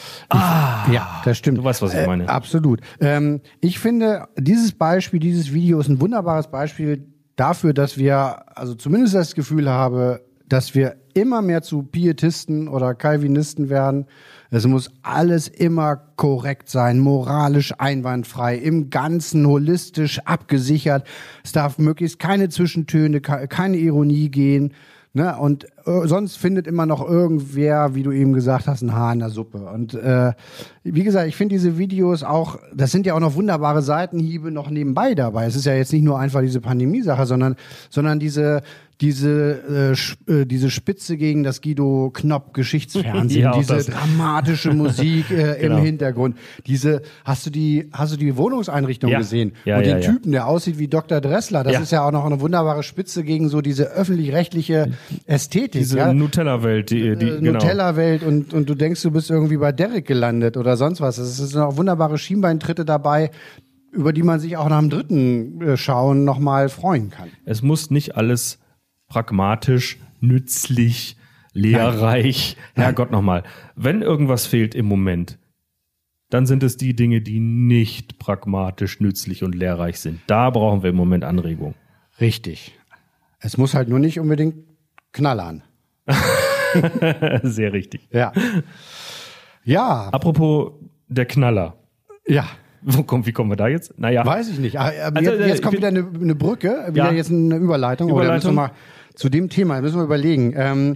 Ah, Ja, das stimmt. Du weißt, was ich meine. Äh, absolut. Ähm, ich finde, dieses Beispiel, dieses Video ist ein wunderbares Beispiel dafür, dass wir, also zumindest das Gefühl habe, dass wir immer mehr zu Pietisten oder Calvinisten werden. Es muss alles immer korrekt sein, moralisch einwandfrei, im Ganzen holistisch abgesichert. Es darf möglichst keine Zwischentöne, ke- keine Ironie gehen. Ne? Und äh, sonst findet immer noch irgendwer, wie du eben gesagt hast, ein Haar in der Suppe. Und äh, wie gesagt, ich finde diese Videos auch, das sind ja auch noch wunderbare Seitenhiebe noch nebenbei dabei. Es ist ja jetzt nicht nur einfach diese Pandemie-Sache, sondern, sondern diese diese äh, sch, äh, diese Spitze gegen das Guido Knopp Geschichtsfernsehen, Ja, auch diese das. dramatische Musik äh, Genau. im Hintergrund, diese hast du die hast du die Wohnungseinrichtung Ja. gesehen Ja, und ja, den ja. Typen, der aussieht wie Doktor Dressler, das Ja. ist ja auch noch eine wunderbare Spitze gegen so diese öffentlich-rechtliche Ästhetik, diese ja? Nutella-Welt, die, die äh, genau. Nutella-Welt und, und du denkst, du bist irgendwie bei Derek gelandet oder sonst was. Es sind auch wunderbare Schienbeintritte dabei, über die man sich auch nach dem dritten äh, Schauen nochmal freuen kann. Es muss nicht alles pragmatisch, nützlich, lehrreich. Nein. Herrgott nochmal. Wenn irgendwas fehlt im Moment, dann sind es die Dinge, die nicht pragmatisch, nützlich und lehrreich sind. Da brauchen wir im Moment Anregung. Richtig. Es muss halt nur nicht unbedingt knallern. Sehr richtig. Ja. Ja. Apropos der Knaller. Ja. Wo kommt, wie kommen wir da jetzt? Naja. Weiß ich nicht. Aber Also, jetzt, äh, jetzt kommt ich wieder eine, eine Brücke, wieder Ja. jetzt eine Überleitung. Oder Überleitung. müssen wir mal zu dem Thema, müssen wir überlegen. Ähm,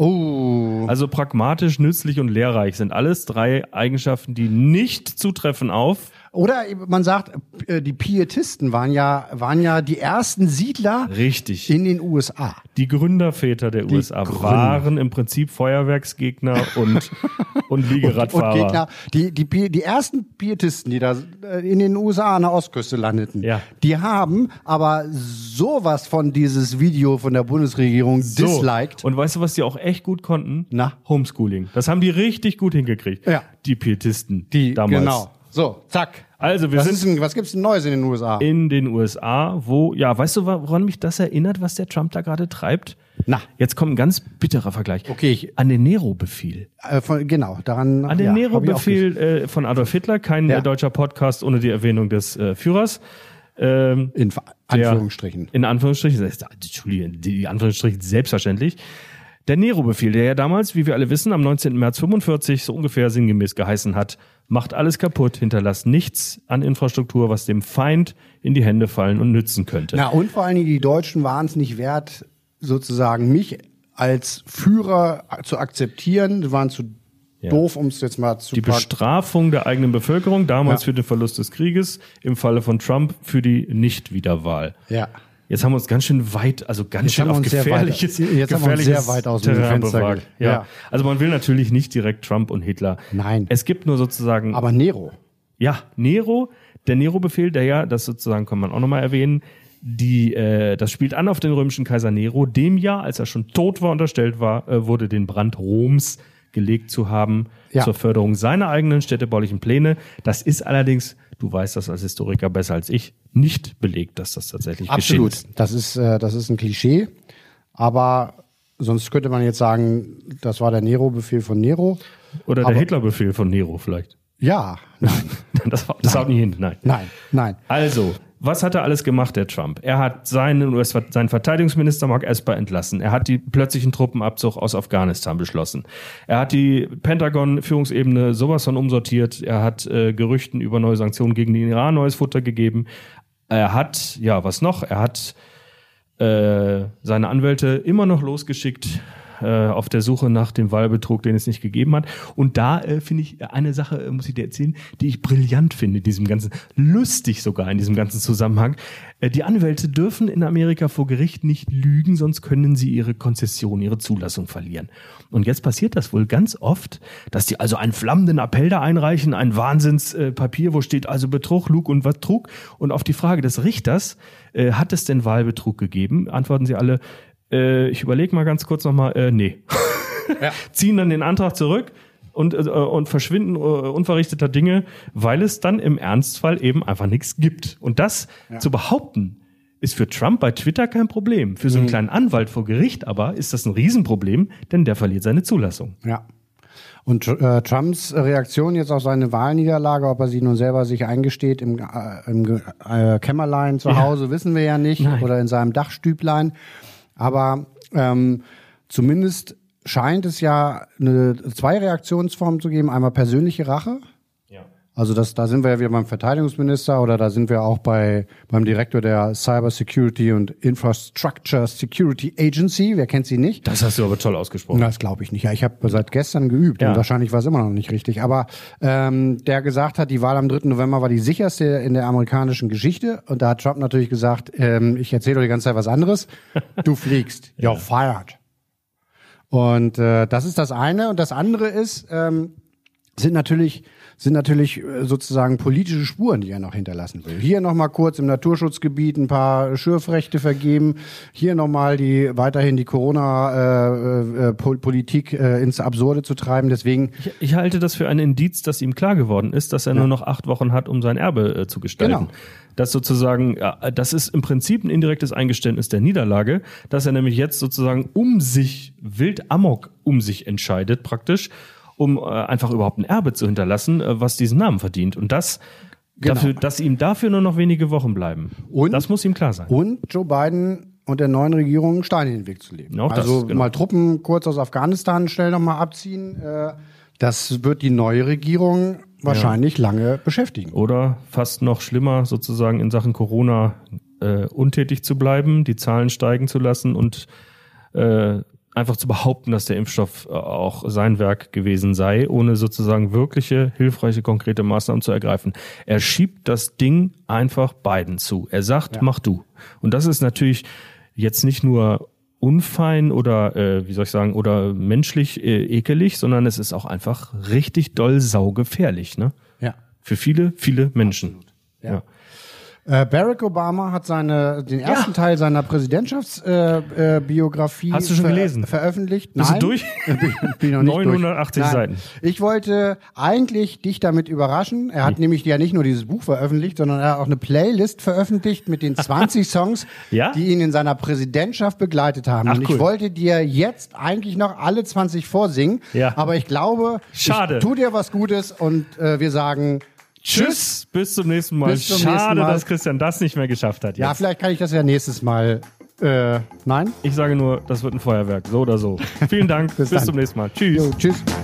oh. Also pragmatisch, nützlich und lehrreich sind alles drei Eigenschaften, die nicht zutreffen auf. Oder man sagt, äh, die Pietisten waren ja, waren ja die ersten Siedler Richtig. in den U S A. Die Gründerväter der U S A Gründer. waren im Prinzip Feuerwerksgegner und, und Liegeradfahrer. Und Gegner, die, die, Pi- die ersten Pietisten, die da äh, in den U S A an der Ostküste landeten, Ja. die haben aber sowas von dieses Video von der Bundesregierung So. disliked. Und weißt du, was die auch echt gut konnten? Na? Homeschooling. Das haben die richtig gut hingekriegt. Ja. Die Pietisten Die, damals. genau. So, zack. Also wir Was, sind ist denn, was gibt's denn Neues in den U S A? in den U S A, wo, ja, weißt du, woran mich das erinnert, was der Trump da gerade treibt? Na. Jetzt kommt ein ganz bitterer Vergleich. Okay, ich, An den Nero-Befehl. äh, von, genau, daran. An den ja, hab ich auch Nero-Befehl äh, von Adolf Hitler, kein Ja. äh, deutscher Podcast ohne die Erwähnung des äh, Führers. Ähm, In Ver- Anführungsstrichen. In Anführungsstrichen, das ist, Entschuldigung, die Anführungsstrichen selbstverständlich. Der Nero-Befehl, der ja damals, wie wir alle wissen, am neunzehnten März fünfundvierzig so ungefähr sinngemäß geheißen hat, macht alles kaputt, hinterlasst nichts an Infrastruktur, was dem Feind in die Hände fallen und nützen könnte. Na, und vor allen Dingen, die Deutschen waren es nicht wert, sozusagen mich als Führer zu akzeptieren. Die waren zu Ja. doof, um es jetzt mal zu Die packen. Bestrafung der eigenen Bevölkerung, damals Ja. für den Verlust des Krieges, im Falle von Trump für die Nicht-Wiederwahl. Ja. Jetzt haben wir uns ganz schön weit, also ganz Jetzt schön haben wir auf uns sehr gefährliches, weit- jetzt haben wir uns gefährliches sehr weit aus dem Terrain Fenster bewagt. ge- Ja. ja. Also man will natürlich nicht direkt Trump und Hitler. Nein. Es gibt nur sozusagen, Aber Nero. ja, Nero, der Nero-Befehl, der ja, das sozusagen kann man auch nochmal erwähnen, die, äh, das spielt an auf den römischen Kaiser Nero. Dem Jahr, als er schon tot war, unterstellt war, äh, wurde den Brand Roms gelegt zu haben Ja. zur Förderung seiner eigenen städtebaulichen Pläne. Das ist allerdings, du weißt das als Historiker besser als ich, nicht belegt, dass das tatsächlich geschehen Absolut. ist. Das ist, äh, das ist ein Klischee. Aber sonst könnte man jetzt sagen, das war der Nero-Befehl von Nero. Oder Aber- der Hitlerbefehl von Nero vielleicht. Ja, nein, Das, das haut nicht hin, nein. nein, nein. Also, was hat er alles gemacht, der Trump? Er hat seinen, U S, seinen Verteidigungsminister Mark Esper entlassen. Er hat die plötzlichen Truppenabzug aus Afghanistan beschlossen. Er hat die Pentagon-Führungsebene sowas von umsortiert. Er hat äh, Gerüchten über neue Sanktionen gegen den Iran neues Futter gegeben. Er hat, ja, was noch? Er hat äh, seine Anwälte immer noch losgeschickt äh, auf der Suche nach dem Wahlbetrug, den es nicht gegeben hat. Und da äh, finde ich eine Sache, äh, muss ich dir erzählen, die ich brillant finde, in diesem ganzen, lustig sogar in diesem ganzen Zusammenhang. Äh, die Anwälte dürfen in Amerika vor Gericht nicht lügen, sonst können sie ihre Konzession, ihre Zulassung verlieren. Und jetzt passiert das wohl ganz oft, dass die also einen flammenden Appell da einreichen, ein Wahnsinnspapier, äh, wo steht also Betrug, Lug und Betrug. Und auf die Frage des Richters, äh, hat es denn Wahlbetrug gegeben, antworten sie alle, äh, ich überlege mal ganz kurz nochmal, äh, nee. Ja. Ziehen dann den Antrag zurück und, äh, und verschwinden äh, unverrichteter Dinge, weil es dann im Ernstfall eben einfach nichts gibt. Und das zu behaupten, ist für Trump bei Twitter kein Problem. Für so einen kleinen Anwalt vor Gericht aber ist das ein Riesenproblem, denn der verliert seine Zulassung. Ja. Und äh, Trumps Reaktion jetzt auf seine Wahlniederlage, ob er sie nun selber sich eingesteht im, äh, im äh, Kämmerlein zu Hause, wissen wir ja nicht, Nein. oder in seinem Dachstüblein. Aber ähm, zumindest scheint es ja eine, zwei Reaktionsformen zu geben. Einmal persönliche Rache. Ja. Also das, da sind wir ja wieder beim Verteidigungsminister oder da sind wir auch bei beim Direktor der Cyber Security und Infrastructure Security Agency. Wer kennt sie nicht? Das hast du aber toll ausgesprochen. Das glaube ich nicht. Ja, ich habe seit gestern geübt Ja. und wahrscheinlich war es immer noch nicht richtig. Aber ähm, der gesagt hat, die Wahl am dritten November war die sicherste in der amerikanischen Geschichte. Und da hat Trump natürlich gesagt, ähm, ich erzähle dir die ganze Zeit was anderes. Du fliegst. You're fired. Und äh, das ist das eine. Und das andere ist, ähm, sind natürlich sind natürlich äh, sozusagen politische Spuren, die er noch hinterlassen will. Hier nochmal kurz im Naturschutzgebiet ein paar Schürfrechte vergeben. Hier nochmal die weiterhin die Corona-Politik äh, äh, ins Absurde zu treiben. Deswegen Ich, ich halte das für ein Indiz, dass ihm klar geworden ist, dass er nur noch acht Wochen hat, um sein Erbe äh, zu gestalten. Genau. Das sozusagen, ja, das ist im Prinzip ein indirektes Eingeständnis der Niederlage, dass er nämlich jetzt sozusagen um sich, wild amok um sich entscheidet praktisch um äh, einfach überhaupt ein Erbe zu hinterlassen, äh, was diesen Namen verdient. Und das, genau. dafür, dass ihm dafür nur noch wenige Wochen bleiben. Und, das muss ihm klar sein. Und Joe Biden und der neuen Regierung einen Stein in den Weg zu legen. Auch also das, genau. mal Truppen kurz aus Afghanistan schnell nochmal abziehen. Äh, das wird die neue Regierung wahrscheinlich ja. lange beschäftigen. Oder fast noch schlimmer, sozusagen in Sachen Corona äh, untätig zu bleiben, die Zahlen steigen zu lassen und äh, einfach zu behaupten, dass der Impfstoff auch sein Werk gewesen sei, ohne sozusagen wirkliche, hilfreiche, konkrete Maßnahmen zu ergreifen. Er schiebt das Ding einfach Biden zu. Er sagt, ja. mach du. Und das ist natürlich jetzt nicht nur unfein oder, äh, wie soll ich sagen, oder menschlich äh, ekelig, sondern es ist auch einfach richtig doll saugefährlich, ne? Ja. Für viele, viele Menschen. Ja. ja. Äh, Barack Obama hat seine, den ersten ja. Teil seiner Präsidentschaftsbiografie äh, äh, Hast du schon ver- gelesen? veröffentlicht. Bist Nein. du durch? bin, bin noch nicht neunhundertachtzig durch. Seiten. Ich wollte eigentlich dich damit überraschen. Er hat hm. nämlich ja nicht nur dieses Buch veröffentlicht, sondern er hat auch eine Playlist veröffentlicht mit den zwanzig Songs, ja? die ihn in seiner Präsidentschaft begleitet haben. Ach, Und ich cool. wollte dir jetzt eigentlich noch alle zwanzig vorsingen. Ja. Aber ich glaube, Schade. ich tu dir was Gutes und äh, wir sagen Tschüss, bis zum nächsten Mal. Bis zum Schade, nächsten Mal. dass Christian das nicht mehr geschafft hat. Jetzt. Ja, vielleicht kann ich das ja nächstes Mal. Äh, nein? Ich sage nur, das wird ein Feuerwerk, so oder so. Vielen Dank, bis, bis zum nächsten Mal. Tschüss. Jo, tschüss.